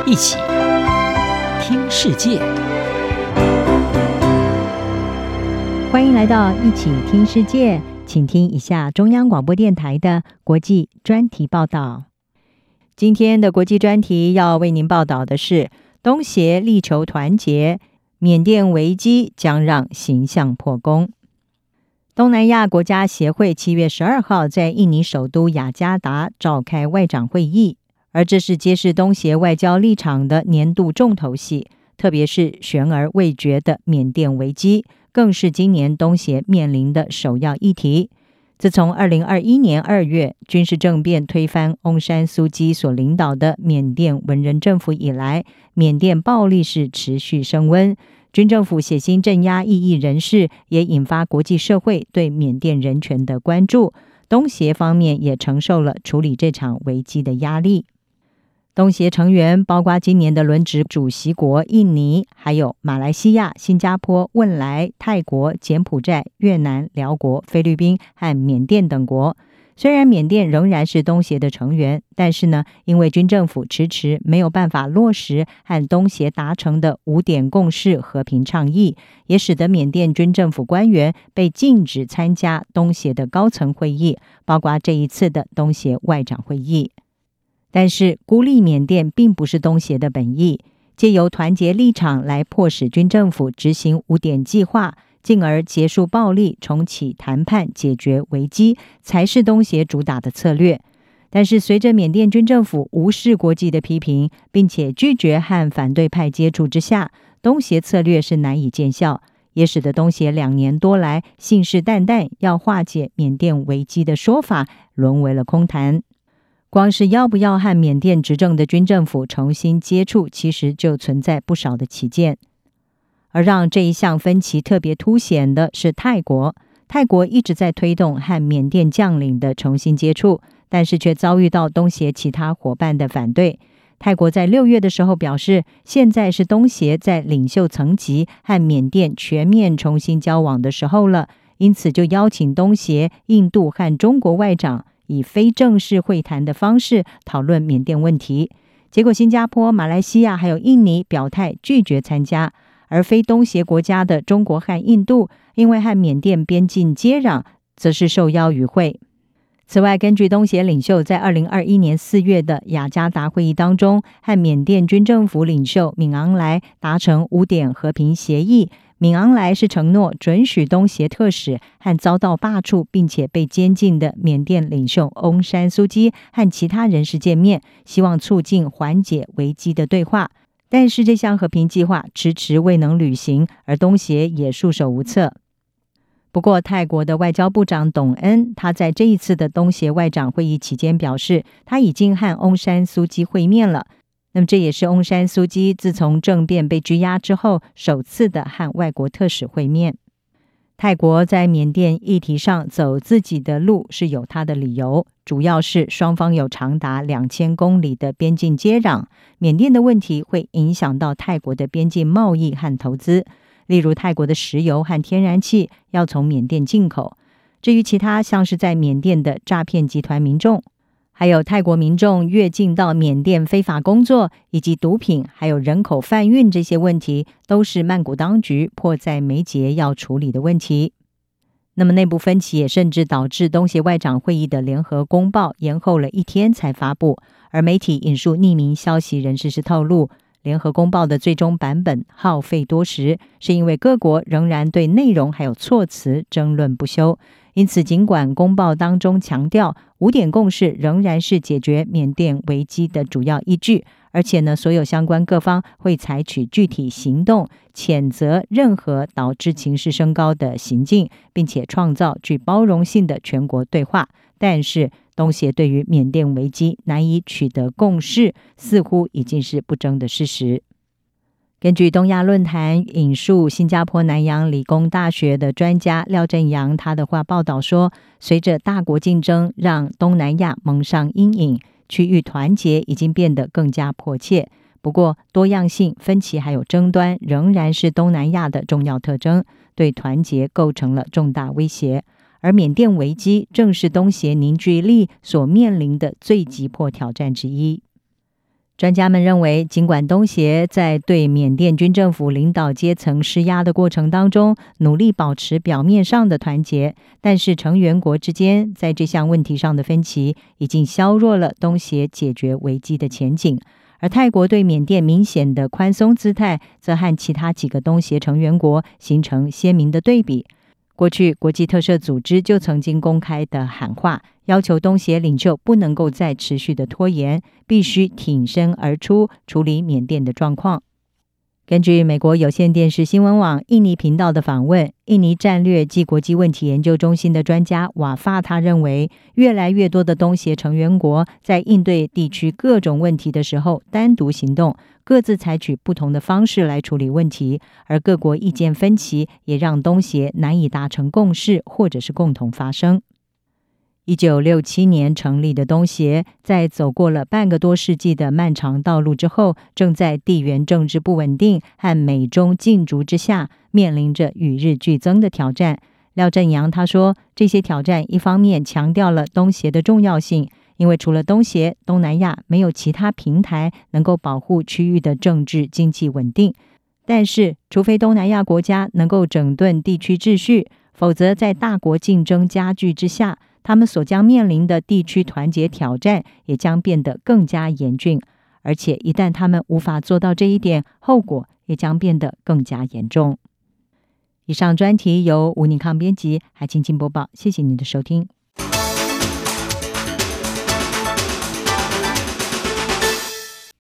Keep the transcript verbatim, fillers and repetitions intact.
一起听世界。 欢迎来到一起听世界，请听一下中央广播电台的国际专题报道。今天的国际专题要为您报道的是东协力求团结，缅甸危机将让形象破功。东南亚国家协会七月十二号在印尼首都雅加达召开外长会议，而这是揭示东协外交立场的年度重头戏，特别是悬而未决的缅甸危机，更是今年东协面临的首要议题。自从二零二一年二月军事政变推翻翁山苏基所领导的缅甸文人政府以来，缅甸暴力是持续升温，军政府血腥镇压异议人士，也引发国际社会对缅甸人权的关注。东协方面也承受了处理这场危机的压力。东协成员包括今年的轮值主席国印尼，还有马来西亚、新加坡、汶莱、泰国、柬埔寨、越南、辽国、菲律宾和缅甸等国。虽然缅甸仍然是东协的成员，但是呢，因为军政府迟迟没有办法落实和东协达成的五点共识和平倡议，也使得缅甸军政府官员被禁止参加东协的高层会议，包括这一次的东协外长会议。但是孤立缅甸并不是东协的本意，借由团结立场来迫使军政府执行五点计划，进而结束暴力，重启谈判解决危机，才是东协主打的策略。但是随着缅甸军政府无视国际的批评，并且拒绝和反对派接触之下，东协策略是难以见效，也使得东协两年多来信誓旦旦要化解缅甸危机的说法沦为了空谈。光是要不要和缅甸执政的军政府重新接触，其实就存在不少的歧见。而让这一项分歧特别凸显的是泰国，泰国一直在推动和缅甸将领的重新接触，但是却遭遇到东协其他伙伴的反对。泰国在六月的时候表示，现在是东协在领袖层级和缅甸全面重新交往的时候了，因此就邀请东协、印度和中国外长以非正式会谈的方式讨论缅甸问题。结果新加坡、马来西亚还有印尼表态拒绝参加，而非东协国家的中国和印度因为和缅甸边境接壤，则是受邀与会。此外，根据东协领袖在二零二一年四月的雅加达会议当中，和缅甸军政府领袖敏昂莱达成五点和平协议。敏昂莱是承诺准许东协特使和遭到罢黜并且被监禁的缅甸领袖翁山苏基和其他人士见面，希望促进缓解危机的对话。但是这项和平计划迟迟未能履行，而东协也束手无策。不过泰国的外交部长董恩，他在这一次的东协外长会议期间表示，他已经和翁山苏基会面了。那么这也是翁山苏基自从政变被拘押之后首次的和外国特使会面。泰国在缅甸议题上走自己的路是有他的理由，主要是双方有长达两千公里的边境接壤，缅甸的问题会影响到泰国的边境贸易和投资，例如泰国的石油和天然气要从缅甸进口。至于其他像是在缅甸的诈骗集团民众，还有泰国民众越境到缅甸非法工作，以及毒品还有人口贩运这些问题，都是曼谷当局迫在眉睫要处理的问题。那么内部分歧也甚至导致东协外长会议的联合公报延后了一天才发布，而媒体引述匿名消息人士是透露，联合公报的最终版本耗费多时，是因为各国仍然对内容还有措辞争论不休。因此尽管公报当中强调五点共识仍然是解决缅甸危机的主要依据，而且呢，所有相关各方会采取具体行动，谴责任何导致情势升高的行径，并且创造具包容性的全国对话，但是东协对于缅甸危机难以取得共识，似乎已经是不争的事实。根据东亚论坛引述新加坡南洋理工大学的专家廖振阳他的话报道说，随着大国竞争让东南亚蒙上阴影，区域团结已经变得更加迫切。不过多样性、分歧还有争端仍然是东南亚的重要特征，对团结构成了重大威胁。而缅甸危机正是东协凝聚力所面临的最急迫挑战之一。 专家们认为，尽管东协在对缅甸军政府领导阶层施压的过程当中，努力保持表面上的团结，但是成员国之间在这项问题上的分歧，已经削弱了东协解决危机的前景。而泰国对缅甸明显的宽松姿态，则和其他几个东协成员国形成鲜明的对比。过去，国际特赦组织就曾经公开的喊话，要求东协领袖不能够再持续的拖延，必须挺身而出，处理缅甸的状况。根据美国有线电视新闻网印尼频道的访问，印尼战略暨国际问题研究中心的专家瓦法他认为，越来越多的东协成员国在应对地区各种问题的时候单独行动，各自采取不同的方式来处理问题，而各国意见分歧也让东协难以达成共识或者是共同发声。一九六七年成立的东协，在走过了半个多世纪的漫长道路之后，正在地缘政治不稳定和美中竞逐之下，面临着与日俱增的挑战。廖振阳他说，这些挑战一方面强调了东协的重要性，因为除了东协，东南亚没有其他平台能够保护区域的政治经济稳定。但是，除非东南亚国家能够整顿地区秩序，否则在大国竞争加剧之下，他们所将面临的地区团结挑战也将变得更加严峻，而且一旦他们无法做到这一点，后果也将变得更加严重。以上专题由吴宁康编辑，还请请播报，谢谢您的收听。